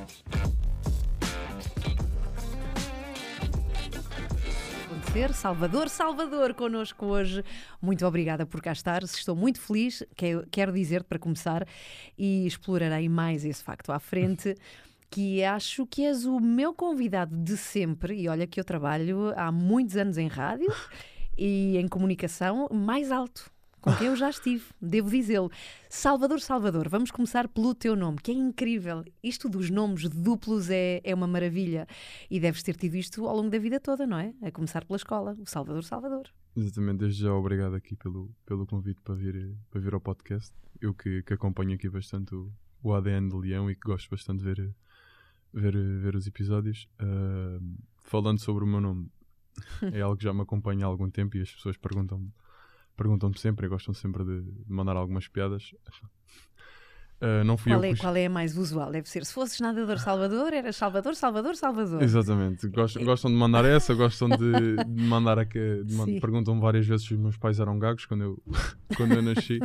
Salvador, connosco hoje. Muito obrigada por cá estar. Estou muito feliz, quero dizer-te para começar, e explorarei mais esse facto à frente, que acho que és o meu convidado de sempre, e olha que eu trabalho há muitos anos em rádio e em comunicação, mais alto com quem eu já estive, devo dizê-lo. Salvador, vamos começar pelo teu nome, que é incrível. Isto dos nomes duplos é uma maravilha. E deves ter tido isto ao longo da vida toda, não é? A começar pela escola, o Salvador. Exatamente, desde já obrigado aqui pelo convite para vir ao podcast. Eu que acompanho aqui bastante o ADN de Leão e que gosto bastante de ver os episódios. Falando sobre o meu nome, é algo que já me acompanha há algum tempo e as pessoas perguntam-me sempre e gostam sempre de mandar algumas piadas. Não fui Qual é a mais usual? Deve ser, se fosses nadador Salvador, era Salvador. Exatamente. Gostam de mandar essa, gostam de mandar aqui. Perguntam várias vezes se os meus pais eram gagos quando eu nasci.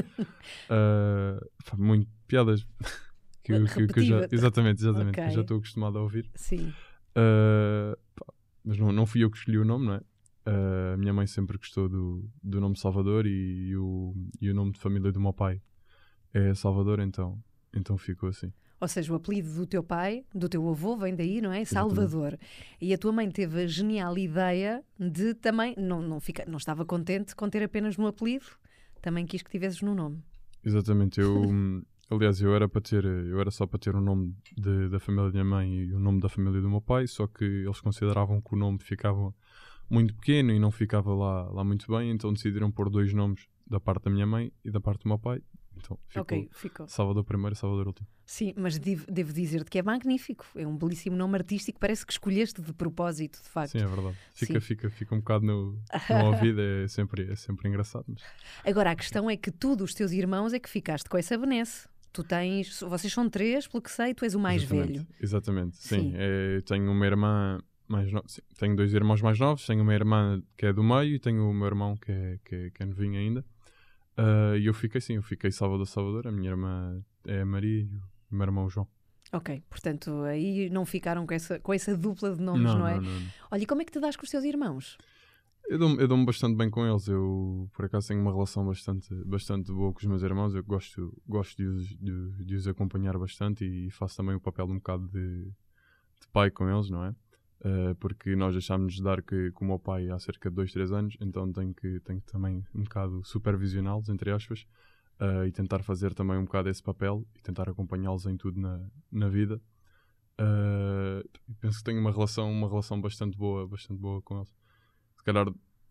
Muito piadas que eu já. Exatamente. Okay. Que eu já estou acostumado a ouvir. Sim. Mas não fui eu que escolhi o nome, não é? A minha mãe sempre gostou do nome Salvador e o nome de família do meu pai é Salvador, então ficou assim. Ou seja, o apelido do teu pai, do teu avô, vem daí, não é? Salvador. E a tua mãe teve a genial ideia de também, não estava contente com ter apenas no apelido, também quis que tivesses no nome. Exatamente, aliás, eu era só para ter o nome da família da minha mãe e o nome da família do meu pai, só que eles consideravam que o nome ficava muito pequeno e não ficava lá muito bem, então decidiram pôr 2 nomes da parte da minha mãe e da parte do meu pai. Então ficou Salvador primeiro e Salvador último. Sim, mas devo dizer-te que é magnífico, é um belíssimo nome artístico, parece que escolheste de propósito, de facto. Sim, é verdade. Fica um bocado no ouvido, é sempre engraçado. Mas... Agora, a questão é que tu, dos teus irmãos, é que ficaste com essa benesse. Vocês são 3, pelo que sei, tu és o mais velho. Exatamente, sim. Tenho uma irmã mais nova, tenho 2 irmãos mais novos, tenho uma irmã que é do meio e tenho o meu irmão que é novinho ainda. E eu fiquei Salvador, a minha irmã é a Maria e o meu irmão o João. Ok, portanto aí não ficaram com essa dupla de nomes, não é? Não. Olha, e como é que te dás com os teus irmãos? Eu dou-me bastante bem com eles, eu por acaso tenho uma relação bastante boa com os meus irmãos, eu gosto de os acompanhar bastante e faço também o papel de um bocado de pai com eles, não é? Porque nós deixámos de dar com o meu pai há cerca de 2-3 anos, então tenho que também um bocado supervisioná-los, entre aspas, e tentar fazer também um bocado esse papel e tentar acompanhá-los em tudo na vida. Penso que tenho uma relação bastante boa com eles. Se calhar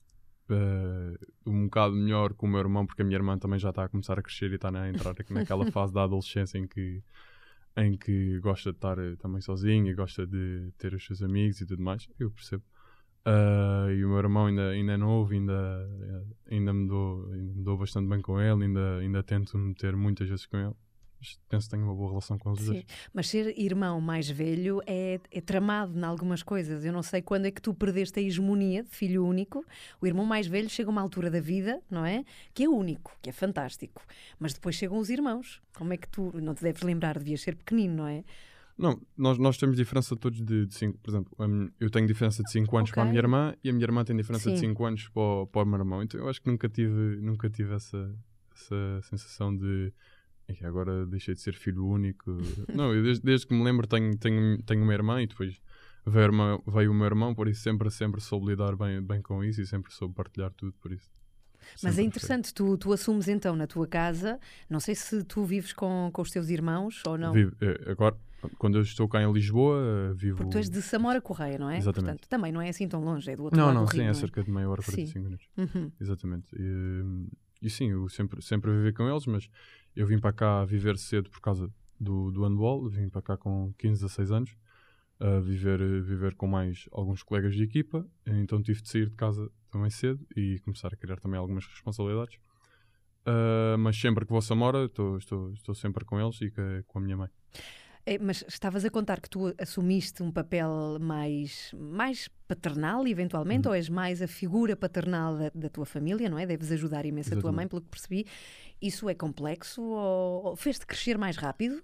um bocado melhor com o meu irmão, porque a minha irmã também já está a começar a crescer e está a entrar naquela fase da adolescência em que gosta de estar também sozinho e gosta de ter os seus amigos e tudo mais, eu percebo. E o meu irmão ainda é novo, ainda me dou bastante bem com ele, ainda tento meter muitas vezes com ele. Penso que tenho uma boa relação com os dois. Mas ser irmão mais velho é tramado em algumas coisas. Eu não sei quando é que tu perdeste a hegemonia de filho único. O irmão mais velho chega a uma altura da vida, não é? Que é único, que é fantástico. Mas depois chegam os irmãos. Como é que tu, não te deves lembrar, devias ser pequenino, não é? Não, nós temos diferença todos de 5. Por exemplo, eu tenho diferença de 5 anos para a minha irmã e a minha irmã tem diferença de 5 anos para o meu irmão. Então eu acho que nunca tive essa sensação de agora deixei de ser filho único. Não, eu desde que me lembro tenho uma irmã e depois veio o meu irmão, por isso sempre soube lidar bem com isso e sempre soube partilhar tudo, por isso. Mas é interessante, tu assumes então na tua casa, não sei se tu vives com os teus irmãos ou não. Vivo, agora, quando eu estou cá em Lisboa, vivo... Porque tu és de Samora Correia, não é? Exatamente. Portanto, também não é assim tão longe, é do outro lado do Rio, sim, é cerca de meia hora, 45 minutos. Uhum. Exatamente. E sim, eu sempre vivi com eles, mas eu vim para cá viver cedo por causa do handball, vim para cá com 15, 16 anos, viver com mais alguns colegas de equipa, então tive de sair de casa também cedo e começar a criar também algumas responsabilidades. Mas sempre que vou a Samora, estou sempre com eles e com a minha mãe. Mas estavas a contar que tu assumiste um papel mais paternal, eventualmente, ou és mais a figura paternal da tua família, não é? Deves ajudar imenso a tua mãe, pelo que percebi. Isso é complexo ou fez-te crescer mais rápido?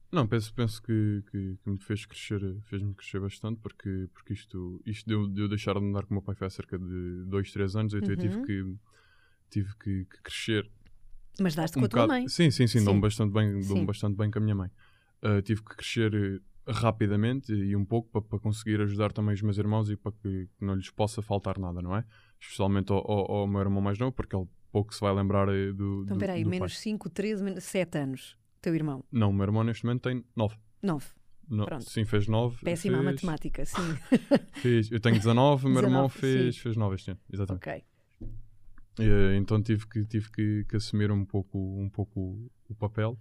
Não, penso que me fez-me crescer bastante, porque isto de eu deixar de andar com o meu pai foi há cerca de 2, 3 anos, então eu tive que crescer Mas daste um com a tua bocado. mãe. Sim, dou-me Sim. bastante bem com a minha mãe. Tive que crescer rapidamente e um pouco para conseguir ajudar também os meus irmãos e para que não lhes possa faltar nada, não é? Especialmente ao meu irmão mais novo, porque ele pouco se vai lembrar Então, espera aí, do pai. menos 5, 13, 7 anos. Teu irmão? Não, o meu irmão neste momento tem 9. 9. Pronto. Sim, fez 9. Péssima a matemática, sim. Eu tenho 19, o meu irmão 19, fez 9 este ano, exatamente. Ok. Então tive que assumir um pouco o papel.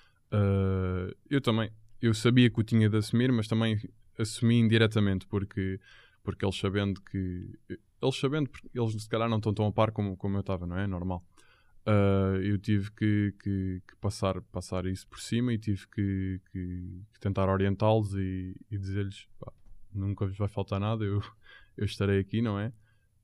Eu sabia que o tinha de assumir, mas também assumi indiretamente, porque eles se calhar não estão tão a par como eu estava, não é? Normal. Eu tive que passar isso por cima e tive que tentar orientá-los e dizer-lhes, pá, nunca vos vai faltar nada, eu estarei aqui, não é?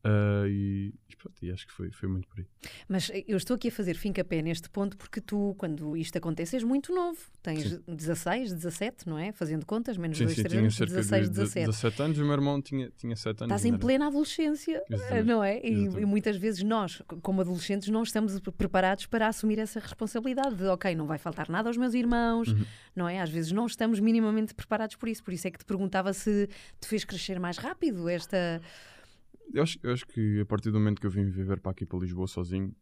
E acho que foi muito por aí. Mas eu estou aqui a fazer fim-capé neste ponto porque tu, quando isto acontece, és muito novo. Tens Sim. 16, 17, não é? Fazendo contas, menos Sim, 2, sim, 3 tinha anos, cerca 16, de 17. 17 anos e o meu irmão tinha 7 anos. Estás em plena adolescência, Exatamente. não é? E Exatamente. muitas vezes nós, como adolescentes, não estamos preparados para assumir essa responsabilidade de, ok, não vai faltar nada aos meus irmãos, não é? Às vezes não estamos minimamente preparados por isso. Por isso é que te perguntava se te fez crescer mais rápido esta... Eu acho que a partir do momento que eu vim viver para aqui, para Lisboa, sozinho,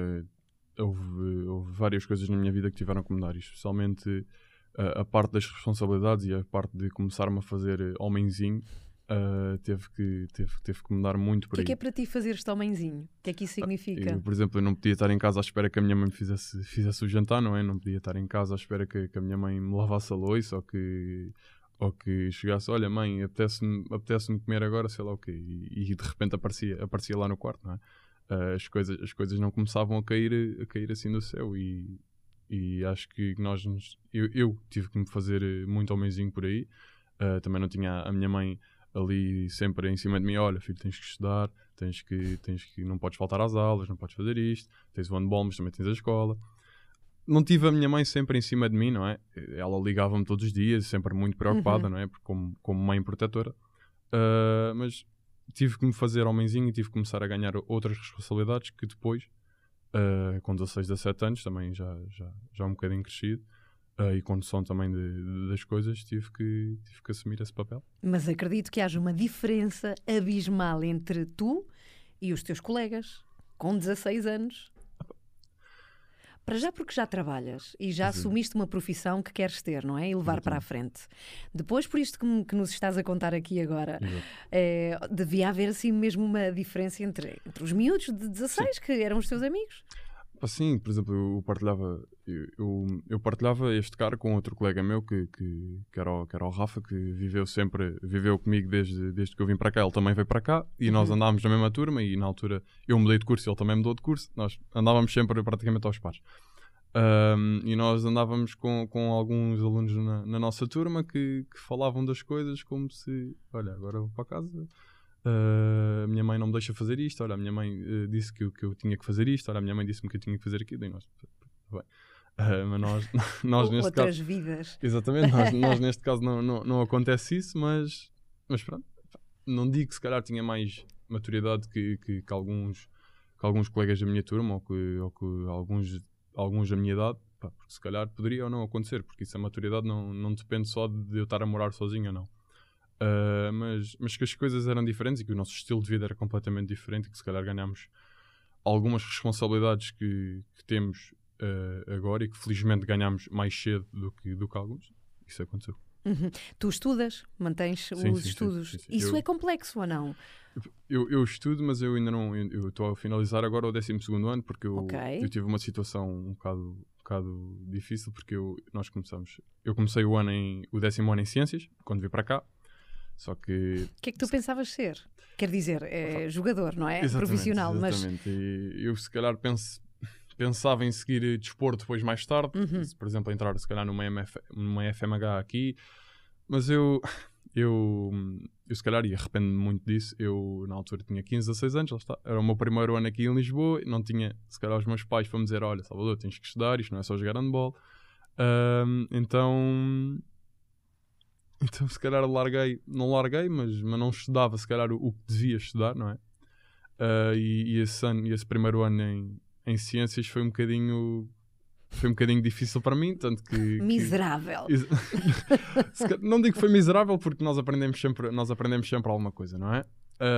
houve várias coisas na minha vida que tiveram que mudar, especialmente a parte das responsabilidades e a parte de começar-me a fazer homenzinho. Teve que mudar muito por aí. O que é para ti fazer este homenzinho? O que é que isso significa? Por exemplo, eu não podia estar em casa à espera que a minha mãe me fizesse o jantar, não é? Não podia estar em casa à espera que a minha mãe me lavasse a louça ou que chegasse, olha mãe, apetece-me comer agora, sei lá o quê, e de repente aparecia lá no quarto, não é? As coisas não começavam a cair assim do céu e acho que eu tive que me fazer muito homenzinho por aí. Também não tinha a minha mãe ali sempre em cima de mim, olha filho, tens que estudar, tens que não podes faltar às aulas, não podes fazer isto, tens o handball, mas também tens a escola. Não tive a minha mãe sempre em cima de mim, não é? Ela ligava-me todos os dias, sempre muito preocupada, não é? Porque como mãe protetora. Mas tive que me fazer homenzinho e tive que começar a ganhar outras responsabilidades que depois, com 16, 17 anos, também já um bocadinho crescido, e com noção também das coisas, tive que assumir esse papel. Mas acredito que haja uma diferença abismal entre tu e os teus colegas com 16 anos. Para já porque já trabalhas e já assumiste uma profissão que queres ter, não é? E levar para a frente. Depois, por isto que nos estás a contar aqui agora, devia haver assim mesmo uma diferença entre os miúdos de 16, que eram os teus amigos. Sim, por exemplo, eu partilhava este carro com outro colega meu que era o Rafa, que viveu comigo desde que eu vim para cá. Ele também veio para cá e nós andávamos na mesma turma e na altura eu mudei de curso e ele também mudou de curso. Nós andávamos sempre praticamente aos pares. E nós andávamos com alguns alunos na nossa turma que falavam das coisas como se, olha, agora vou para casa, a minha mãe não me deixa fazer isto, olha, a minha mãe disse que eu tinha que fazer isto, olha, a minha mãe disse-me que eu tinha que fazer aquilo, e nós, bem. Mas nós neste outras caso, vidas. Exatamente, nós neste caso não acontece isso, mas pronto, não digo que se calhar tinha mais maturidade que alguns colegas da minha turma ou que alguns da minha idade, porque se calhar poderia ou não acontecer, porque isso a maturidade não depende só de eu estar a morar sozinho ou não. Mas que as coisas eram diferentes e que o nosso estilo de vida era completamente diferente e que se calhar ganhámos algumas responsabilidades que temos agora e que felizmente ganhámos mais cedo do que alguns. Isso aconteceu. Tu estudas, mantens os estudos. Sim. Isso é complexo ou não? Eu estudo, mas eu ainda não. Eu estou a finalizar agora o 12º ano porque eu tive uma situação um bocado difícil porque nós começamos. Eu comecei o 10º ano em Ciências, quando vim para cá. Só que... O que é que tu pensavas ser? Quer dizer, jogador, não é? Exatamente, profissional, exatamente. Mas... E eu se calhar pensava em seguir desporto depois mais tarde, por exemplo, entrar se calhar numa FMH aqui, mas eu se calhar, e arrependo-me muito disso, eu na altura tinha 15, 16 anos, lá está, era o meu primeiro ano aqui em Lisboa, não tinha se calhar os meus pais para me dizer, olha Salvador, tens que estudar, isto não é só jogar handball, Então se calhar não larguei, mas não estudava se calhar o que devia estudar, não é? E esse primeiro ano em ciências foi um bocadinho difícil para mim, tanto que... Miserável. Não digo que foi miserável, porque nós aprendemos sempre alguma coisa, não é?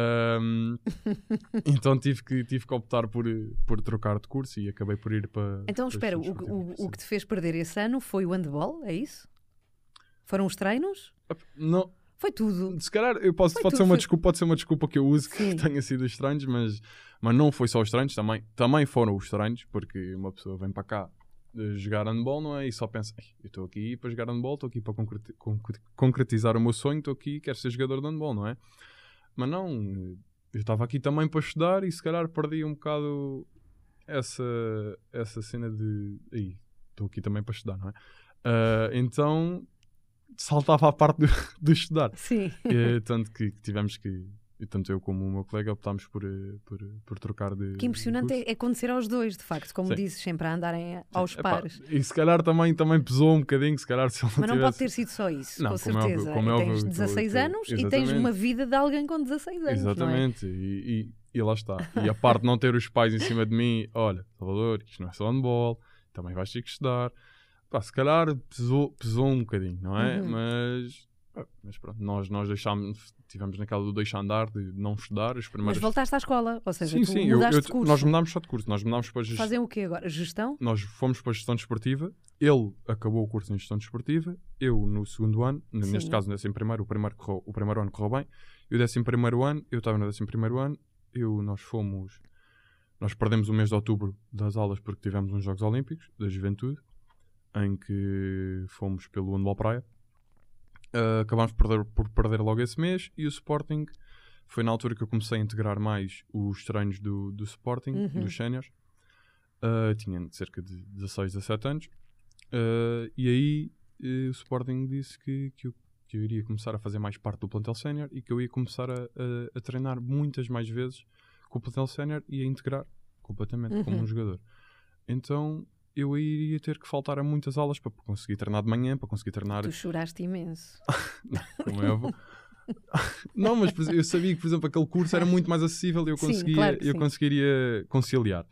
Então tive que optar por trocar de curso e acabei por ir para... Então espera, o que te fez perder esse ano foi o handball, é isso? Foram os treinos? Não. Foi tudo. Se calhar pode ser uma desculpa que eu uso que tenha sido os treinos, mas não foi só os treinos, também foram os treinos, porque uma pessoa vem para cá jogar handball, não é? E só pensa, eu estou aqui para jogar handball, estou aqui para concretizar o meu sonho, estou aqui, quero ser jogador de handball, não é? Mas não, eu estava aqui também para estudar e se calhar perdi um bocado essa cena de estou aqui também para estudar, não é? Então saltava a parte do estudar. Sim. Tanto que tivemos que, tanto eu como o meu colega, optámos por trocar de... Que impressionante é acontecer aos dois, de facto, como dizes, sempre a andarem aos pares. E se calhar também pesou um bocadinho, se calhar se ele Mas não pode ter sido só isso, com certeza. Como é óbvio, tens 16 anos e tens uma vida de alguém com 16 anos. Exatamente, não é? E lá está. E a parte de não ter os pais em cima de mim, olha, Salvador, isto não é só handball, também vais ter que estudar. Se calhar pesou um bocadinho, não é? Mas pronto, nós tivemos naquela do deixar andar, de não estudar. Mas voltaste à escola, ou seja, mudaste de curso. Nós mudámos só de curso, nós mudámos para gestão. Fazem o quê agora? Gestão? Nós fomos para gestão desportiva, ele acabou o curso em gestão desportiva, eu no segundo ano, neste caso no 11º, o primeiro ano correu bem, e o 11º ano, eu estava no 11º ano, nós perdemos o mês de outubro das aulas porque tivemos uns Jogos Olímpicos da Juventude, em que fomos pelo handball praia. Acabámos por perder logo esse mês e o Sporting foi na altura que eu comecei a integrar mais os treinos do Sporting, dos séniores. Tinha cerca de 16, 17 anos. E aí o Sporting disse que eu iria começar a fazer mais parte do plantel sénior e que eu ia começar a treinar muitas mais vezes com o plantel sénior e a integrar completamente como um jogador. Então eu iria ter que faltar a muitas aulas para conseguir treinar de manhã, para conseguir treinar... Tu choraste imenso. Não, como é óbvio. Não, mas eu sabia que, por exemplo, aquele curso era muito mais acessível e eu conseguiria conciliar.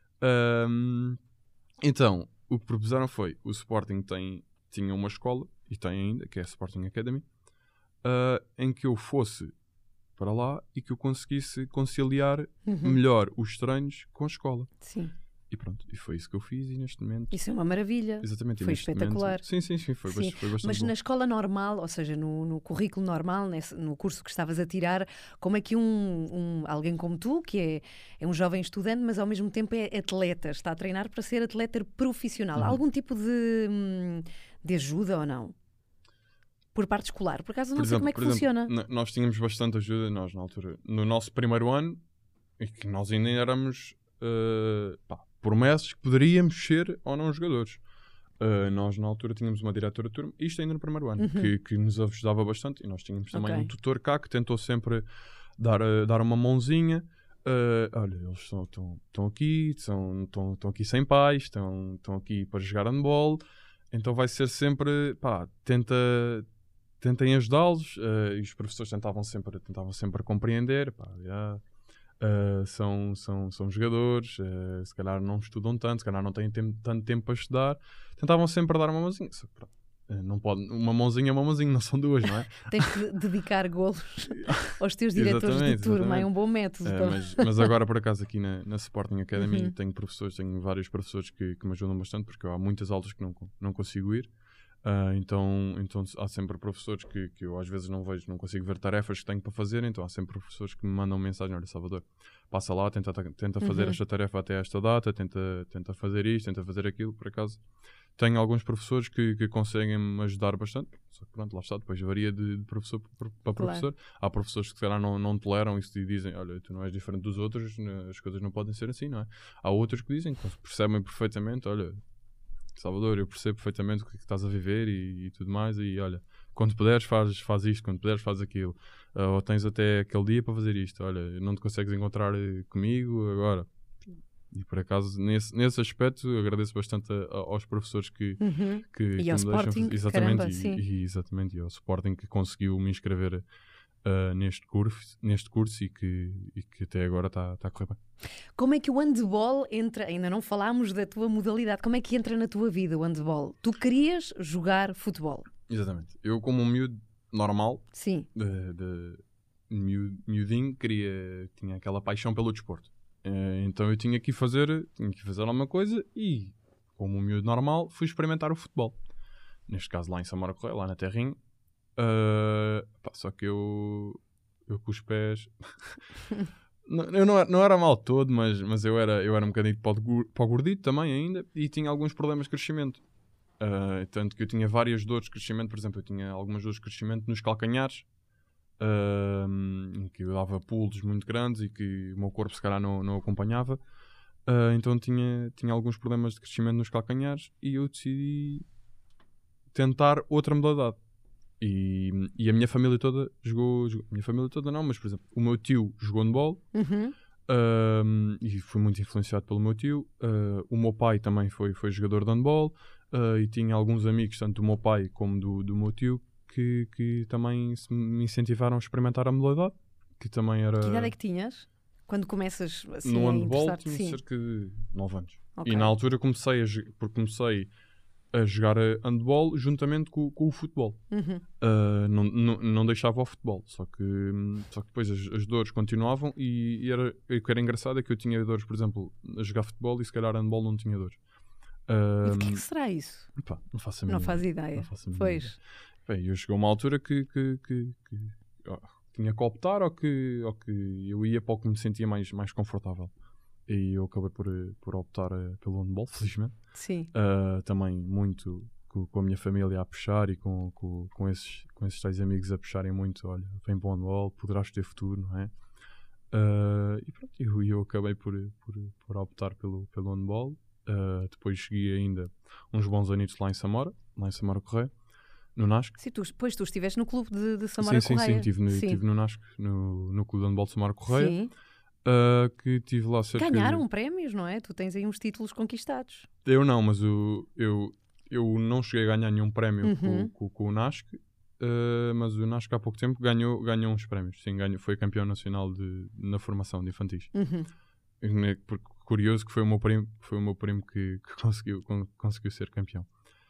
Então, o que propuseram foi, o Sporting tinha uma escola, e tem ainda, que é a Sporting Academy, em que eu fosse para lá e que eu conseguisse conciliar melhor os treinos com a escola. Sim. E pronto, e foi isso que eu fiz e neste momento... Isso é uma maravilha. Exatamente. Foi espetacular. Momento, sim, foi bastante Mas bom. na escola normal, ou seja, no currículo normal, no curso que estavas a tirar, como é que alguém como tu, que é um jovem estudante, mas ao mesmo tempo é atleta, está a treinar para ser atleta profissional, algum tipo de ajuda ou não? Por parte escolar? Por acaso não sei como é que funciona. Nós tínhamos bastante ajuda, nós na altura, no nosso primeiro ano, e que nós ainda éramos... promessas que poderíamos ser ou não jogadores. Nós na altura tínhamos uma diretora de turma, isto ainda no primeiro ano, que nos ajudava bastante, e nós tínhamos também um tutor cá que tentou sempre dar uma mãozinha. Olha, eles estão aqui, estão aqui sem pais, estão aqui para jogar handball, então vai ser sempre, tentem ajudá-los, e os professores tentavam sempre compreender, são jogadores, se calhar não estudam tanto, se calhar não têm tanto tempo para estudar, tentavam sempre dar uma mãozinha. Não pode, uma mãozinha, não são duas, não é? Tens que dedicar golos aos teus diretores de turma, é um bom método. Mas agora, por acaso, aqui na Sporting Academy tenho vários professores que me ajudam bastante, porque há muitas aulas que não consigo ir. Então há sempre professores que eu às vezes não consigo ver tarefas que tenho para fazer, então há sempre professores que me mandam mensagem: olha, Salvador, passa lá, tenta fazer esta tarefa até esta data, tenta fazer isto, tenta fazer aquilo. Por acaso tenho alguns professores que conseguem me ajudar bastante, só que pronto, lá está, depois varia de professor para professor. Há professores que se calhar não toleram isso e dizem: olha, tu não és diferente dos outros, as coisas não podem ser assim, não é? Há outros que dizem, que percebem perfeitamente: olha, Salvador, eu percebo perfeitamente o que estás a viver e tudo mais, e olha, quando puderes faz isto, quando puderes faz aquilo, ou tens até aquele dia para fazer isto, olha, não te consegues encontrar comigo agora, E por acaso, nesse aspecto, eu agradeço bastante aos professores que E ao me Sporting, deixam. Exatamente, caramba, sim. Exatamente, e ao Sporting que conseguiu me inscrever neste curso e que até agora está a correr bem. Como é que o handball entra, ainda não falámos da tua modalidade, como é que entra na tua vida o handball? Tu querias jogar futebol? Exatamente. Eu, como um miúdo normal, Sim. miudinho, tinha aquela paixão pelo desporto. Então eu tinha que fazer alguma coisa e, como um miúdo normal, fui experimentar o futebol. Neste caso lá em Samora Correia, lá na Terrinho. Só que eu com os pés eu não era mal todo, mas eu era um bocadinho para o gordito também ainda e tinha alguns problemas de crescimento. Tanto que eu tinha várias dores de crescimento. Por exemplo, eu tinha algumas dores de crescimento nos calcanhares, em que eu dava pulos muito grandes e que o meu corpo se calhar não acompanhava. Então tinha alguns problemas de crescimento nos calcanhares e eu decidi tentar outra modalidade. E a minha família toda jogou. Minha família toda não, mas por exemplo, o meu tio jogou handball. E fui muito influenciado pelo meu tio. O meu pai também foi jogador de handball. E tinha alguns amigos, tanto do meu pai como do meu tio, que também me incentivaram a experimentar a modalidade. Que também era... Que idade é que tinhas? Quando começas assim no a handball interessar-te? tinha cerca de 9 anos. Okay. E na altura comecei a jogar handball juntamente com o futebol. Não deixava o futebol, só que depois as dores continuavam e o que era engraçado é que eu tinha dores, por exemplo, a jogar futebol e se calhar handball não tinha dores. E de que será isso? Não faço a mínima. Não faz ideia. Pois. Bem, eu cheguei a uma altura que tinha que optar ou que eu ia para o que me sentia mais confortável. E eu acabei por optar pelo handball, felizmente. Sim. Também muito com a minha família a puxar e com esses tais amigos a puxarem muito. Olha, vem para o handball, poderás ter futuro, não é? E pronto, eu acabei por optar pelo handball. Depois segui ainda uns bons anos lá em Samora Correia, no NASC. Sim, depois tu estiveste no clube de Samora Correia. Sim, estive no NASC, no clube de handball de Samora Correia. Sim. Que tive lá cerca Ganharam prémios, não é? Tu tens aí uns títulos conquistados. Eu não, mas eu não cheguei a ganhar nenhum prémio com o NASC, mas o NASC há pouco tempo ganhou uns prémios. Sim, foi campeão nacional na formação de infantis. Porque, curioso que foi o meu primo que conseguiu ser campeão.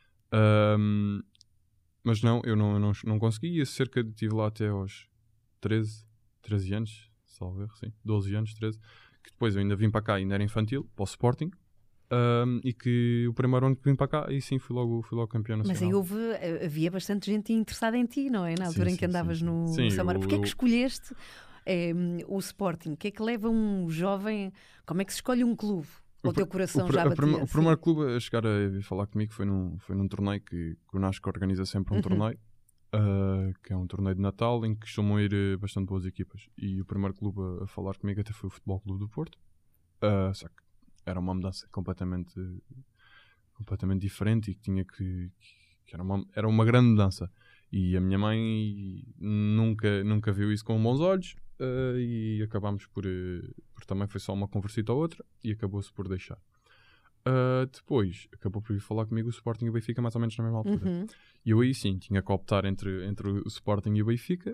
Mas não, eu não consegui. Estive lá até aos 13 anos. Salve, sim, 12 anos, 13, que depois eu ainda vim para cá, ainda era infantil, para o Sporting, e que o primeiro ano que vim para cá, aí sim fui logo campeão nacional. Mas aí havia bastante gente interessada em ti, não é? Na altura em que andavas no Samora. Porquê é que escolheste o Sporting? O que é que leva um jovem, como é que se escolhe um clube? O teu coração já batia? O primeiro clube a chegar a vir falar comigo foi num torneio que o NASC organiza sempre um torneio. Que é um torneio de Natal em que costumam ir bastante boas equipas, e o primeiro clube a falar comigo até foi o Futebol Clube do Porto. Só que era uma mudança completamente diferente e que tinha que era uma grande mudança, e a minha mãe nunca viu isso com bons olhos, e acabámos por também foi só uma conversita ou outra e acabou-se por deixar. Depois acabou por vir falar comigo o Sporting e o Benfica mais ou menos na mesma altura. E eu aí sim tinha que optar entre o Sporting e o Benfica,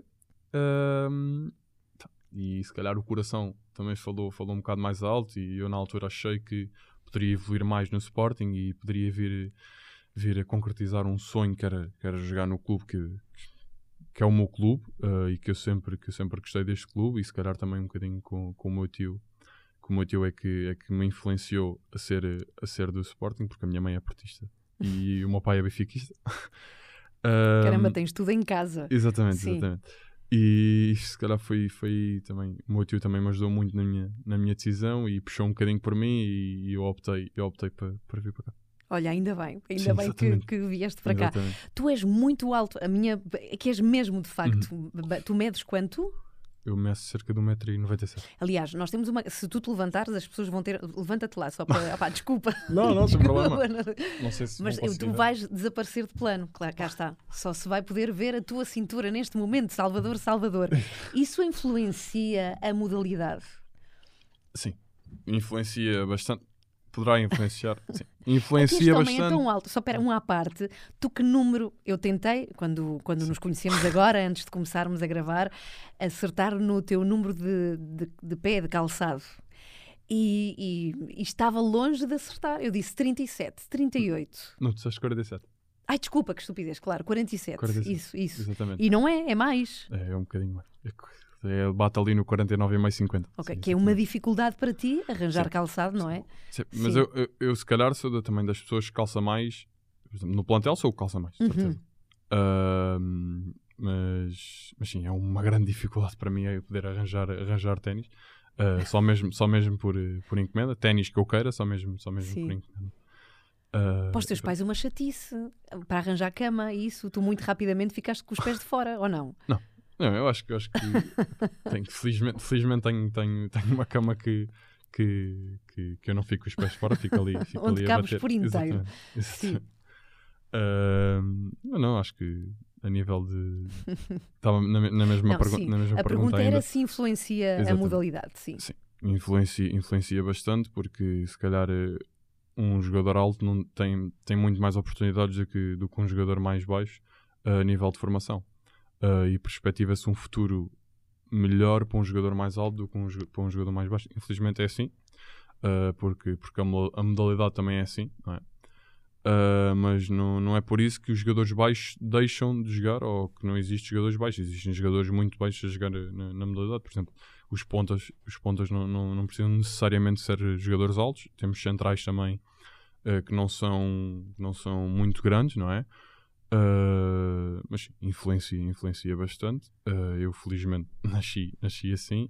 e se calhar o coração também falou um bocado mais alto, e eu na altura achei que poderia evoluir mais no Sporting e poderia vir a concretizar um sonho que era jogar no clube que é o meu clube, e que eu sempre gostei deste clube, e se calhar também um bocadinho com o meu tio. Que o meu tio é que me influenciou a ser do Sporting, porque a minha mãe é portista e o meu pai é benfiquista. Caramba, tens tudo em casa. Exatamente. E se calhar foi também, o meu tio também me ajudou muito na minha decisão e puxou um bocadinho por mim, e eu optei para vir para cá. Olha, ainda bem Sim, que vieste para cá. Exatamente. Tu és muito alto, que és mesmo de facto. Tu medes quanto? Eu meço cerca de 1,97 m. Aliás, nós temos se tu te levantares, as pessoas vão ter... Levanta-te lá, só para... desculpa. Não, sem problema. Não sei se mas tu vais desaparecer de plano. Claro, cá está. Só se vai poder ver a tua cintura neste momento. Salvador. Isso influencia a modalidade? Sim. influencia bastante. Poderá influenciar. Sim. Aqui Influencia este homem bastante. é tão alto. Só pera, um à parte. Tu que número... Eu tentei, quando nos conhecemos agora, antes de começarmos a gravar, acertar no teu número de pé, de calçado. E estava longe de acertar. Eu disse 37, 38. Não, tu disseste 47. Ai, desculpa, que estupidez, claro, 47. 47. Isso. Exatamente. E não é mais. É um bocadinho mais. Bate ali no 49,5, 50. Ok, Sim, que é uma dificuldade para ti arranjar calçado, não é? Sim, mas Sim. eu se calhar sou também das pessoas que calça mais. Por exemplo, no plantel sou o que calça mais, de certeza. Mas sim, é uma grande dificuldade para mim poder arranjar ténis. Só mesmo por encomenda. Ténis que eu queira, só mesmo Sim. por encomenda. Para os teus pais uma chatice para arranjar cama e isso, tu muito rapidamente ficaste com os pés de fora, ou não? Não, eu acho que felizmente tenho uma cama que eu não fico com os pés fora, fico ali Onde a cabes bater. por inteiro. Exatamente. Não, acho que a nível de... Estava na mesma pergunta. A pergunta ainda. era se influencia a Exatamente. modalidade, sim. Sim, influencia bastante, porque se calhar um jogador alto não tem muito mais oportunidades do que um jogador mais baixo a nível de formação. E perspectiva-se um futuro melhor para um jogador mais alto do que para um jogador mais baixo. Infelizmente é assim, porque a modalidade também é assim, não é? Mas não é por isso que os jogadores baixos deixam de jogar, ou que não existem jogadores baixos. Existem jogadores muito baixos a jogar na modalidade. Por exemplo, os pontas não precisam necessariamente ser jogadores altos. Temos centrais também que não são muito grandes, não é? Mas influencia bastante. Eu felizmente nasci assim,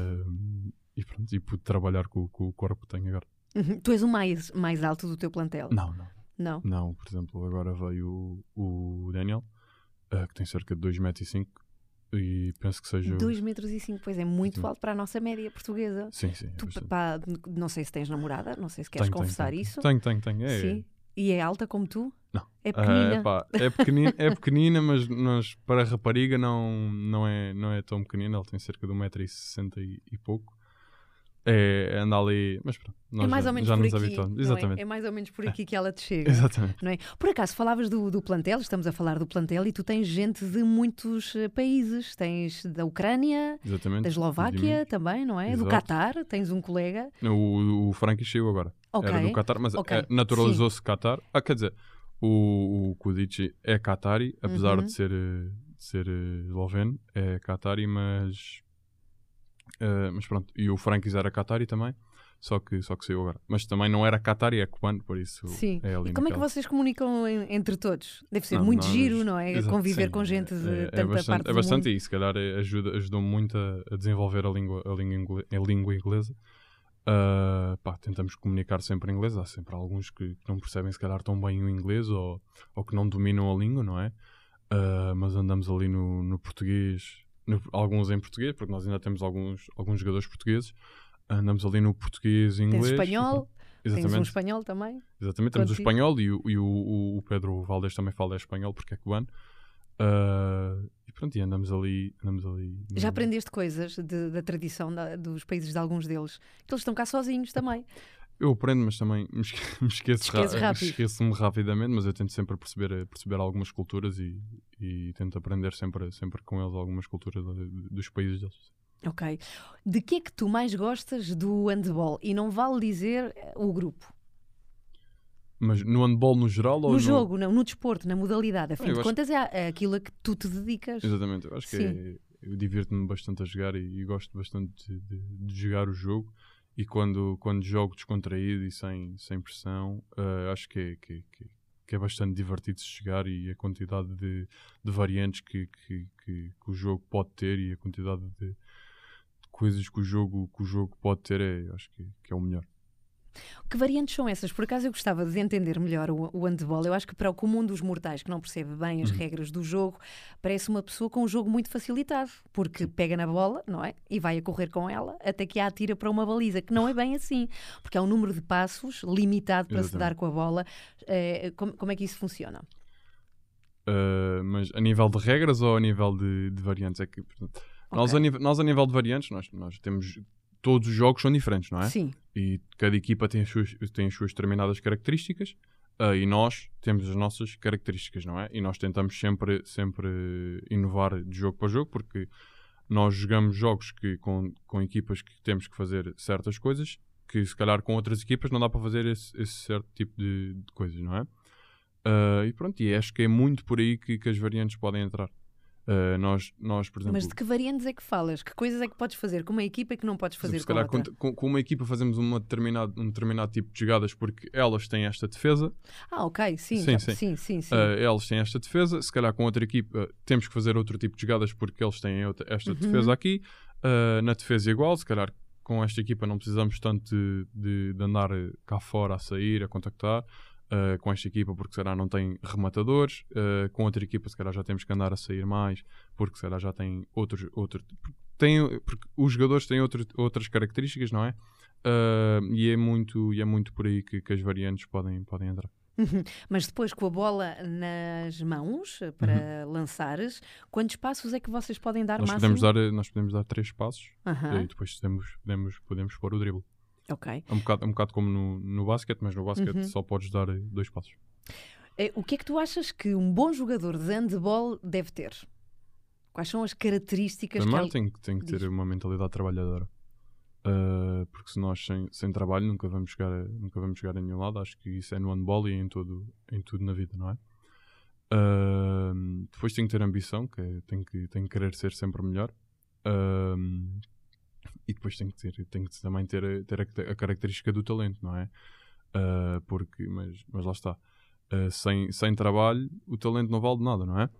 e pronto, e pude trabalhar com o corpo que tenho agora. Tu és o mais alto do teu plantel? Não, por exemplo, agora veio o Daniel, que tem cerca de 2,5 m, e penso que seja 2,5 m, pois é muito alto para a nossa média portuguesa. Sim, não sei se tens namorada, não sei se queres confessar isso. Tenho. Sim. E é alta como tu? Não. É pequenina? É pequenina, mas para a rapariga não é tão pequenina. Ela tem cerca de 1,60 m e pouco. Anda ali, mas pronto, nós é mais ou menos já por nos aqui, habituamos. Exatamente. É mais ou menos por aqui que ela te chega. Exatamente. Não é? Por acaso, falavas do plantel, estamos a falar do plantel, e tu tens gente de muitos países. Tens da Ucrânia, Exatamente. da Eslováquia também, não é? Exato. Do Qatar, chegou um colega. O Frankie chegou agora. Okay. Era do Qatar, mas naturalizou-se Qatar. Quer dizer, o Kudici é Qatari, apesar de ser esloveno, é Qatari, mas pronto. E o Frankie era Qatari também, só que saiu agora. Mas também não era Qatari, é cubano, por isso sim. É ali. E como é que vocês comunicam entre todos? Deve ser muito giro, não é? Exato, conviver sim, com gente de tanta bastante, parte do bastante, mundo. e se calhar ajudou muito a desenvolver a língua inglesa. Tentamos comunicar sempre em inglês. Há sempre alguns que não percebem se calhar tão bem o inglês, ou que não dominam a língua, não é? Mas andamos ali no português, alguns em português, porque nós ainda temos alguns jogadores portugueses. Andamos ali no português e inglês. Tens espanhol? Exatamente. Tens um espanhol também? Exatamente, temos o espanhol, e o Pedro Valdés também fala espanhol porque é cubano. E pronto, e andamos ali. Já aprendeste coisas da tradição dos países de alguns deles? Que eles estão cá sozinhos também. Eu aprendo, mas também me esqueço-me rapidamente, mas eu tento sempre perceber algumas culturas, e tento aprender sempre com eles algumas culturas dos países deles. Ok. De que é que tu mais gostas do handball? E não vale dizer o grupo. Mas no handball no geral? Ou no jogo, não, no desporto, na modalidade. Afinal de contas, é aquilo a que tu te dedicas. Exatamente. Eu acho que eu divirto-me bastante a jogar, e gosto bastante de jogar o jogo. E quando jogo descontraído e sem pressão, acho que é bastante divertido se jogar, e a quantidade de variantes que o jogo pode ter, e a quantidade de coisas que o jogo pode ter, acho que é o melhor. Que variantes são essas? Por acaso eu gostava de entender melhor o handball. Eu acho que para o comum dos mortais que não percebe bem as regras do jogo, parece uma pessoa com um jogo muito facilitado, porque pega na bola, não é? E vai a correr com ela até que a atira para uma baliza, que não é bem assim, porque há um número de passos limitado para se dar com a bola. Como é que isso funciona? Mas a nível de regras ou a nível de variantes? É que, portanto, nós a nível de variantes, nós temos todos os jogos são diferentes, não é? Sim. E cada equipa tem as suas determinadas características, e nós temos as nossas características, não é? E nós tentamos sempre inovar de jogo para jogo, porque nós jogamos jogos com equipas que temos que fazer certas coisas que se calhar com outras equipas não dá para fazer esse certo tipo de coisas, não é? E pronto, e acho que é muito por aí que as variantes podem entrar. Nós, por exemplo... Mas de que variantes é que falas? Que coisas é que podes fazer com uma equipa e que não podes fazer se com calhar outra? com uma equipa fazemos um determinado tipo de jogadas porque elas têm esta defesa. Ok, sim. Sim. Eles têm esta defesa. Se calhar com outra equipa temos que fazer outro tipo de jogadas porque eles têm esta defesa aqui. Na defesa igual, se calhar com esta equipa não precisamos tanto de andar cá fora a sair, a contactar. Com esta equipa porque se calhar não tem rematadores, com outra equipa se calhar já temos que andar a sair mais porque se calhar já tem porque os jogadores têm outras características, não é? E é muito por aí que as variantes podem entrar. Mas depois com a bola nas mãos para lançares, quantos passos é que vocês podem dar máximo? Nós podemos dar 3 passos e depois podemos pôr o drible. Okay. É um bocado como no basquete, mas no basquete só podes dar 2 passos. O que é que tu achas que um bom jogador de handball deve ter? Quais são as características Primeiro tem que ter uma mentalidade trabalhadora. Porque se nós sem trabalho nunca vamos chegar a nenhum lado. Acho que isso é no handball e em tudo na vida, não é? Depois tem que ter ambição, tem que querer ser sempre melhor. E depois tem que também ter a característica do talento, não é? Mas lá está. Sem trabalho, o talento não vale de nada, não é?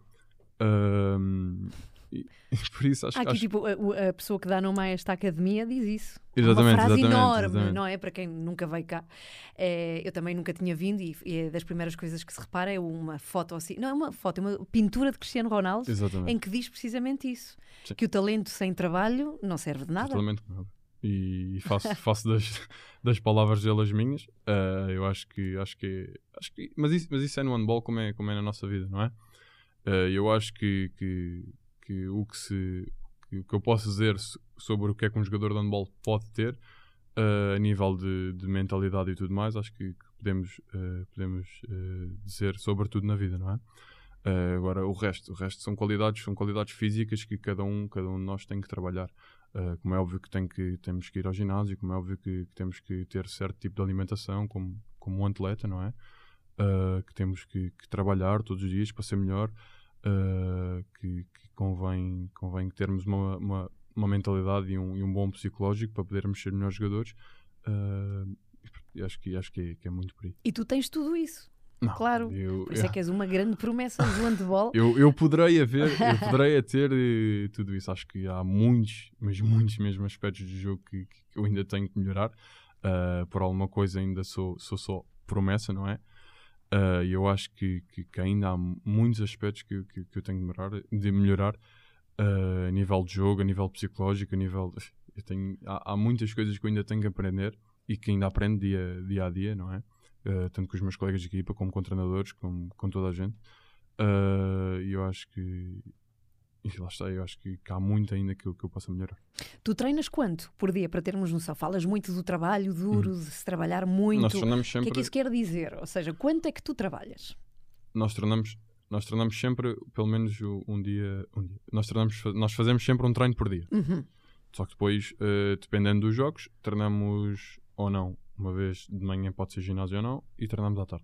E por isso acho que... Tipo, a pessoa que dá nome a esta academia diz isso. Exatamente, uma frase enorme, exatamente. Não é? Para quem nunca veio cá. Eu também nunca tinha vindo e é das primeiras coisas que se repara é uma foto assim. Não é uma foto, é uma pintura de Cristiano Ronaldo. Exatamente. Em que diz precisamente isso. Sim. Que o talento sem trabalho não serve de nada. Totalmente. E faço das palavras dele as minhas. Eu acho que mas isso é no handball como é na nossa vida, não é? Eu acho que o que eu posso dizer sobre o que é que um jogador de handball pode ter a nível de mentalidade e tudo mais, acho que podemos dizer sobre tudo na vida, não é? Agora o resto são qualidades físicas que cada um de nós tem que trabalhar. Como é óbvio que temos que ir ao ginásio, como é óbvio que temos que ter certo tipo de alimentação como um atleta, não é? Que temos que trabalhar todos os dias para ser melhor. Que convém termos uma mentalidade e um bom psicológico para podermos ser melhores jogadores. E acho que é muito por aí. E tu tens tudo isso. Não, claro, por isso é que és uma grande promessa do handball. Eu poderei ter tudo isso. Acho que há muitos mesmo aspectos do jogo que eu ainda tenho que melhorar. Por alguma coisa ainda sou só promessa, não é? E eu acho que ainda há muitos aspectos que eu tenho de melhorar a nível de jogo, a nível psicológico, há muitas coisas que eu ainda tenho que aprender e que ainda aprendo dia a dia, não é? Tanto com os meus colegas de equipa como com treinadores, com toda a gente. E eu acho que lá está, eu acho que há muito ainda que eu possa melhorar. Tu treinas quanto por dia, para termos noção? Falas muito do trabalho duro, de se trabalhar muito. Nós treinamos sempre... O que é que isso quer dizer? Ou seja, quanto é que tu trabalhas? Nós treinamos sempre, pelo menos um dia. Nós fazemos sempre um treino por dia. Só que depois, dependendo dos jogos, treinamos ou não. Uma vez de manhã pode ser ginásio ou não, e treinamos à tarde.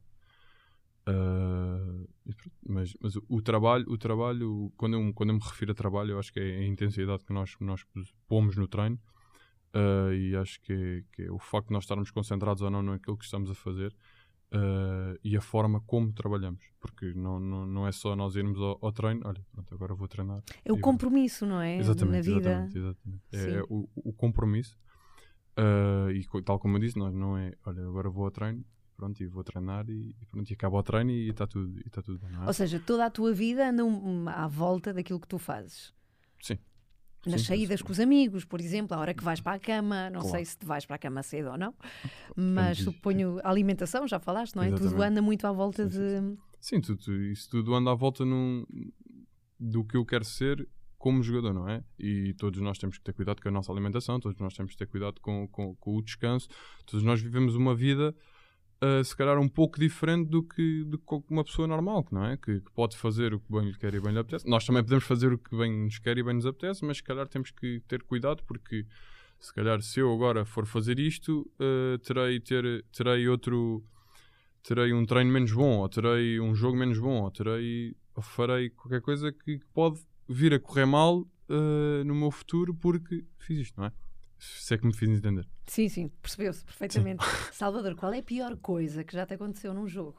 Mas o trabalho, quando eu me refiro a trabalho, eu acho que é a intensidade que nós pomos no treino, e acho que é o facto de nós estarmos concentrados ou não naquilo que estamos a fazer, e a forma como trabalhamos, porque não é só nós irmos ao treino, olha, pronto, agora vou treinar. É o compromisso, não é? Exatamente, na vida. Exatamente. É o compromisso, e tal como eu disse, nós não é, olha, agora vou ao treino, pronto, e vou treinar e pronto, e acaba o treino e está tudo bem, não é? Ou seja, toda a tua vida anda à volta daquilo que tu fazes. Sim. Nas saídas com os amigos, por exemplo, a hora que vais para a cama, não Claro. sei se te vais para a cama cedo ou não, mas suponho a alimentação, já falaste, não é? Exatamente. Tudo anda muito à volta de... Sim, isso tudo anda à volta do que eu quero ser como jogador, não é? E todos nós temos que ter cuidado com a nossa alimentação, todos nós temos que ter cuidado com o descanso, todos nós vivemos uma vida se calhar um pouco diferente do que uma pessoa normal, não é? Que pode fazer o que bem lhe quer e bem lhe apetece. Nós também podemos fazer o que bem nos quer e bem nos apetece, mas se calhar temos que ter cuidado, porque se calhar se eu agora for fazer isto, terei um treino menos bom, ou terei um jogo menos bom, ou farei qualquer coisa que pode vir a correr mal no meu futuro porque fiz isto, não é? Se é que me fiz entender. Sim, percebeu-se perfeitamente. Sim. Salvador, qual é a pior coisa que já te aconteceu num jogo?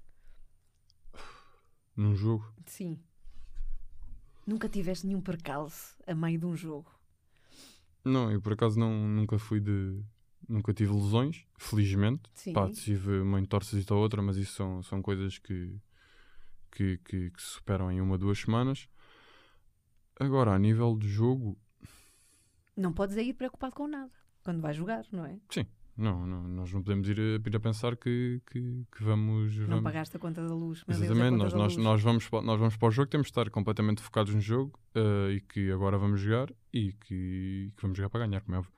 Num jogo? Sim. Nunca tiveste nenhum percalço a meio de um jogo? Não, eu por acaso nunca tive lesões, felizmente. Sim. Pá, tive uma entorse ou outra, mas isso são coisas que se superam em 1 ou 2 semanas. Agora, a nível de jogo... Não podes ir preocupado com nada quando vais jogar, não é? Sim, não, nós não podemos ir a pensar que vamos... Não pagaste a conta da luz. Exatamente, nós vamos para o jogo, temos de estar completamente focados no jogo e que agora vamos jogar e que vamos jogar para ganhar, como é óbvio.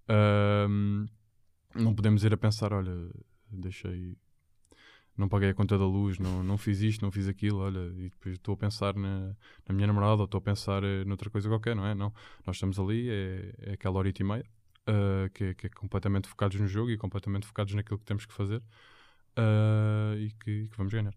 Não podemos ir a pensar, olha, não paguei a conta da luz, não fiz isto, não fiz aquilo, olha, e depois estou a pensar na minha namorada ou estou a pensar noutra coisa qualquer, não é? Não, nós estamos ali, é aquela horita e meia, que é completamente focados no jogo e completamente focados naquilo que temos que fazer e que vamos ganhar.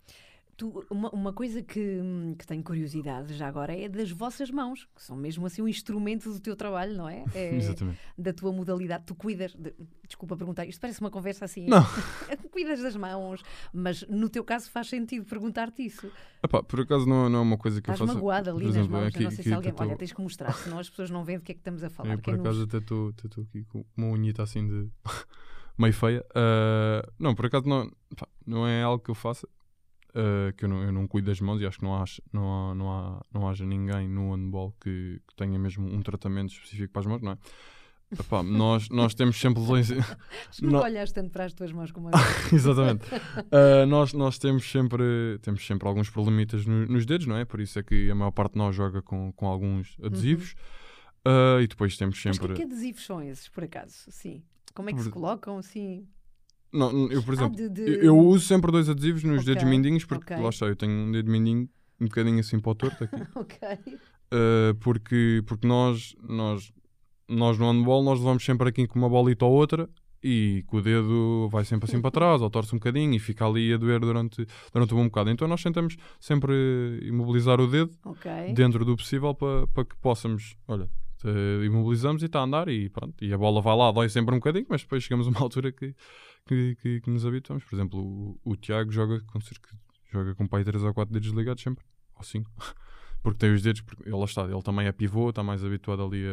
Uma coisa que tenho curiosidade já agora é das vossas mãos, que são mesmo assim um instrumento do teu trabalho, não é? Exatamente. Da tua modalidade. Tu cuidas, desculpa perguntar, isto parece uma conversa assim. Não. Cuidas das mãos, mas no teu caso faz sentido perguntar-te isso. Epá, por acaso não é uma coisa que eu faço. Estás magoada ali exemplo, nas mãos, não sei se alguém... Olha, tens que mostrar, senão as pessoas não veem do que é que estamos a falar. Por acaso até estou aqui com uma unhita assim de meio feia. Não, por acaso não é algo que eu faça. Que eu não cuido das mãos e acho que não haja ninguém no handball que tenha mesmo um tratamento específico para as mãos, não é? Epá, nós temos sempre lesões. Nunca olhaste tanto para as tuas mãos como Exatamente. Nós temos sempre alguns problemitas nos dedos, não é? Por isso é que a maior parte de nós joga com alguns adesivos. E depois temos sempre. Mas que adesivos são esses, por acaso? Sim. Como é que se colocam assim? Não, eu, por exemplo, eu uso sempre 2 adesivos nos dedos mindinhos, porque lá está, eu tenho um dedo mindinho um bocadinho assim para o torto aqui. Porque nós no handball nós levamos sempre aqui com uma bolita ou outra e que o dedo vai sempre assim para trás ou torce um bocadinho e fica ali a doer durante um bom bocado. Então nós tentamos sempre imobilizar o dedo dentro do possível para que possamos, olha, imobilizamos e está a andar e pronto. E a bola vai lá, dói sempre um bocadinho, mas depois chegamos a uma altura que nos habituamos. Por exemplo, o Tiago joga com pai 3 ou 4 dedos ligados sempre, ou 5, porque tem os dedos, porque ele também é pivô, está mais habituado ali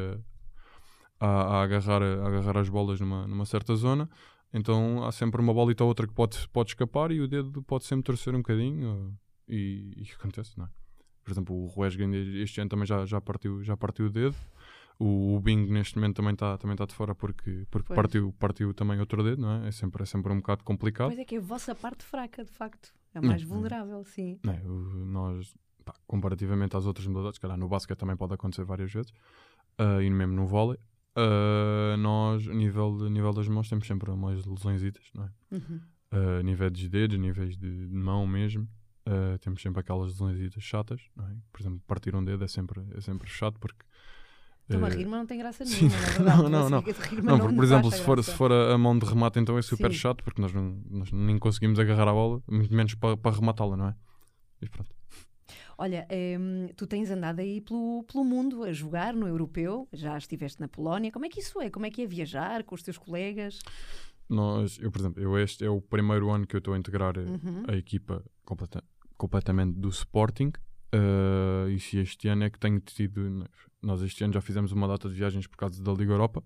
a agarrar as bolas numa certa zona, então há sempre uma bolita ou outra que pode escapar e o dedo pode sempre torcer um bocadinho e acontece, não é? Por exemplo, o Ruesgen este ano também já partiu o dedo. O Bing neste momento também está de fora porque partiu também outro dedo, não é? É sempre um bocado complicado. Pois é que é a vossa parte fraca, de facto. É mais vulnerável, sim. Nós, comparativamente às outras modalidades, calhar no basquete também pode acontecer várias vezes, e mesmo no vôlei, nós, a nível das mãos, temos sempre umas lesõezitas, não é? Níveis de dedos, níveis de mão mesmo. Temos sempre aquelas lesõezitas chatas, não é? Por exemplo, partir um dedo é sempre chato porque... Estou-me a rir, mas não tem graça nenhuma, na verdade. Não, porque, por exemplo, se for a mão de remate, então é super chato, porque nós nem conseguimos agarrar a bola, muito menos para rematá-la, não é? E pronto. Olha, tu tens andado aí pelo mundo a jogar no europeu, já estiveste na Polónia. Como é que isso é? Como é que é viajar com os teus colegas? Por exemplo, este é o primeiro ano que eu estou a integrar a equipa completamente do Sporting. E se este ano é que tenho tido... Nós este ano já fizemos uma data de viagens por causa da Liga Europa.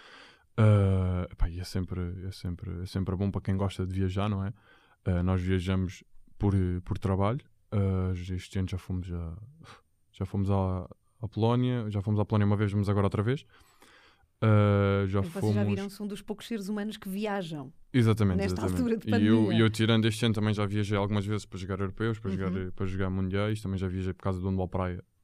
E é sempre bom para quem gosta de viajar, não é? Nós viajamos por trabalho. Este ano já fomos à Polónia. Já fomos à Polónia uma vez, vamos agora outra vez. Vocês já viram, são dos poucos seres humanos que viajam. Exatamente. Nesta altura de pandemia. E eu tirando este ano também já viajei algumas vezes para jogar europeus, para jogar mundiais, também já viajei por causa do handball praia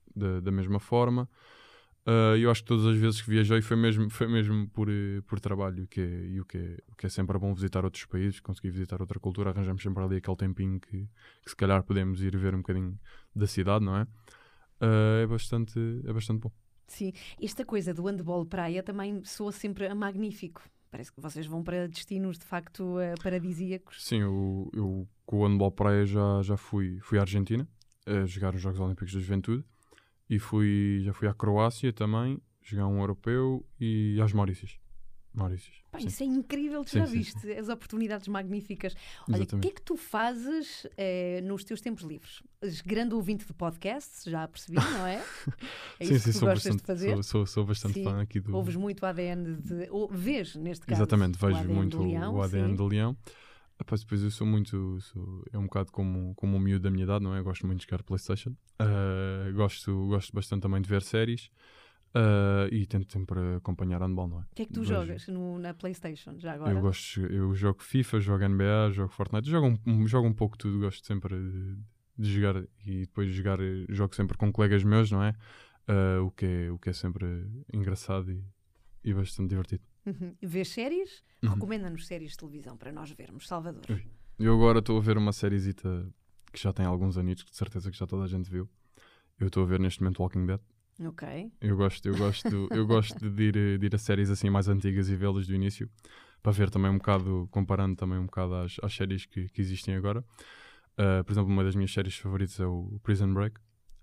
da mesma forma. Eu acho que todas as vezes que viajei foi mesmo por trabalho, o que é sempre bom visitar outros países, conseguir visitar outra cultura, arranjamos sempre ali aquele tempinho que se calhar podemos ir ver um bocadinho da cidade, não é? É bastante bom. Sim, esta coisa do handball praia também soa sempre a magnífico. Parece que vocês vão para destinos de facto paradisíacos. Sim, eu com o handball praia já fui à Argentina a jogar os Jogos Olímpicos da Juventude e já fui à Croácia também, jogar um europeu e às Maurícias. Pá, isso é incrível, tu já viste as oportunidades magníficas. Olha, o que é que tu fazes nos teus tempos livres? És grande ouvinte de podcasts, já percebi, não é? É isso que tu gostas de fazer? Sou bastante fã aqui do... Ouves muito o ADN vês, neste caso. Exatamente, vejo ADN muito o ADN de Leão. Depois eu sou muito... é um bocado como um miúdo da minha idade, não é? Eu gosto muito de jogar PlayStation. Gosto bastante também de ver séries. E tento sempre acompanhar handball, não é? O que é que tu jogas na PlayStation, já agora? Eu jogo FIFA, jogo NBA, jogo Fortnite, jogo um pouco tudo, gosto sempre de jogar e depois jogo sempre com colegas meus, não é? O que é sempre engraçado e bastante divertido. Vês séries? Recomenda-nos séries de televisão para nós vermos, Salvador. Eu agora estou a ver uma sériezita que já tem alguns anos, que de certeza que já toda a gente viu. Eu estou a ver neste momento Walking Dead. Ok. Eu gosto de ir a séries assim mais antigas e vê-las do início para ver também um bocado, comparando também um bocado às séries que existem agora. Por exemplo, uma das minhas séries favoritas é o Prison Break.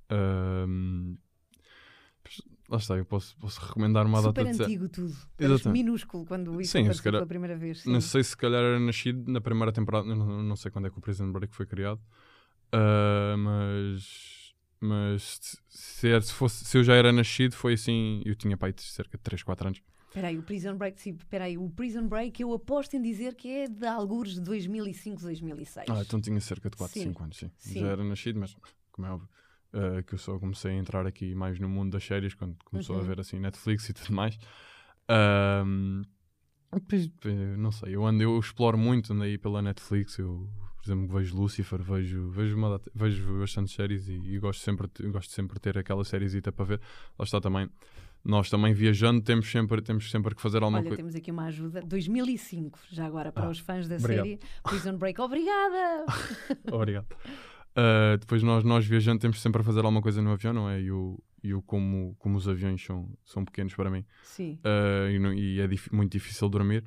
Lá está, eu posso recomendar uma data de... Super antigo tudo. Eras minúsculo quando isso aconteceu pela primeira vez. Sim. Não sei se calhar era nascido na primeira temporada, não sei quando é que o Prison Break foi criado, mas se eu já era nascido, foi assim, eu tinha pai de cerca de 3, 4 anos. Espera aí, o Prison Break eu aposto em dizer que é de algures de 2005, 2006. Então tinha cerca de 4, 5 anos, sim. Já era nascido, mas como é óbvio, que eu só comecei a entrar aqui mais no mundo das séries, quando começou a ver assim Netflix e tudo mais. Não sei, eu exploro muito, ando aí pela Netflix, por exemplo, vejo Lucifer, vejo bastantes séries e gosto sempre de ter aquela sériesita para ver. Lá está também, nós também viajando temos sempre que fazer alguma coisa. Olha, temos aqui uma ajuda, 2005, já agora para os fãs da série Prison Break. Obrigada! Obrigado. Depois nós viajando temos sempre a fazer alguma coisa no avião, não é? E eu como os aviões são pequenos para mim. Sim. E é muito difícil dormir.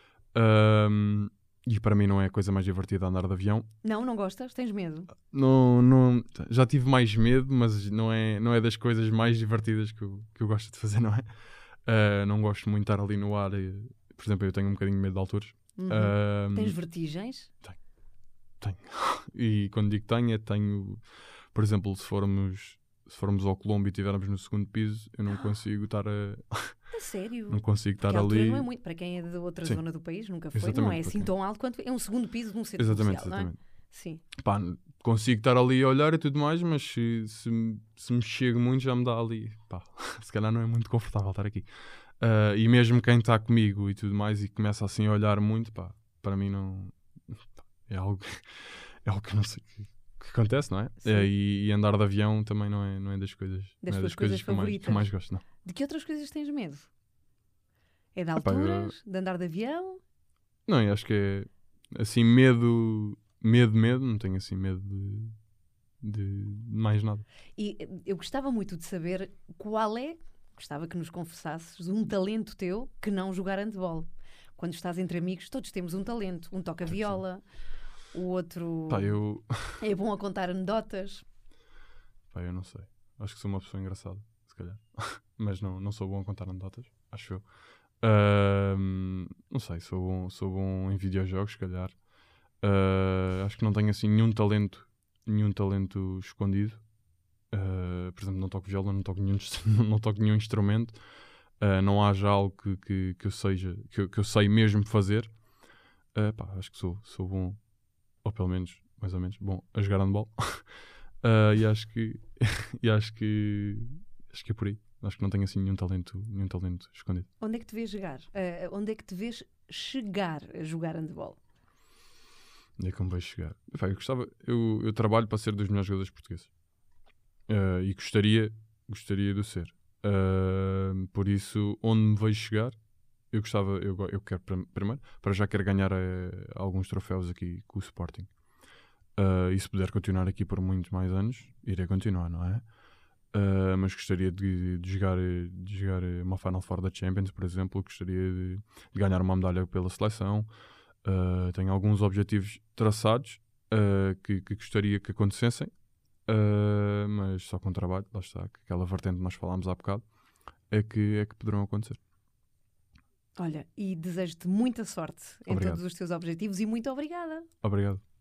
E para mim não é a coisa mais divertida andar de avião. Não gostas? Tens medo? Não, já tive mais medo, mas não é das coisas mais divertidas que eu gosto de fazer, não é? Não gosto muito de estar ali no ar. Por exemplo, eu tenho um bocadinho de medo de alturas. Tens vertigens? Tenho. E quando digo tenho, por exemplo, se formos ao Colombo e estivermos no segundo piso, eu não consigo estar A sério? Não consigo estar ali. Não é muito, para quem é de outra zona do país, nunca foi, exatamente, não é assim tão alto quanto é um segundo piso de um centro exatamente, social, exatamente. Não é? Sim. Pá, consigo estar ali a olhar e tudo mais, mas se me chego muito já me dá ali, pá, se calhar não é muito confortável estar aqui. E mesmo quem está comigo e tudo mais e começa assim a olhar muito, pá, para mim não... É algo que eu não sei que acontece, não é? E andar de avião também não é das coisas, das coisas que eu mais gosto, não. De que outras coisas tens medo? É de alturas? De andar de avião? Não, eu acho que é assim, medo, não tenho assim medo de mais nada. E eu gostava muito de saber gostava que nos confessasses um talento teu que não jogar handball. Quando estás entre amigos, todos temos um talento. Um toca viola, o outro é bom a contar anedotas. Pá, eu não sei. Acho que sou uma pessoa engraçada, se calhar. Mas não sou bom a contar anedotas, acho eu. Não sei, sou bom em videojogos, se calhar. Acho que não tenho assim nenhum talento escondido. Por exemplo, não toco viola, não toco nenhum instrumento. Não haja algo que eu sei mesmo fazer. Acho que sou bom, ou pelo menos, mais ou menos, bom a jogar handball. E acho que é por aí. Acho que não tenho assim nenhum talento escondido. Onde é que te vês jogar? Onde é que te vês chegar a jogar handball? Onde é que eu me vejo chegar? Eu trabalho para ser dos melhores jogadores portugueses. E gostaria Gostaria de o ser. Por isso, onde me vejo chegar, eu quero primeiro, para já quero ganhar alguns troféus aqui com o Sporting. E se puder continuar aqui por muitos mais anos, irei continuar, não é? Mas gostaria de jogar uma Final Four da Champions, por exemplo. Gostaria de ganhar uma medalha pela seleção. Tenho alguns objetivos traçados que gostaria que acontecessem, mas só com trabalho, lá está, aquela vertente que nós falámos há bocado, é que poderão acontecer. Olha, e desejo-te muita sorte em Obrigado. todos os teus objetivos e muito obrigada. Obrigado.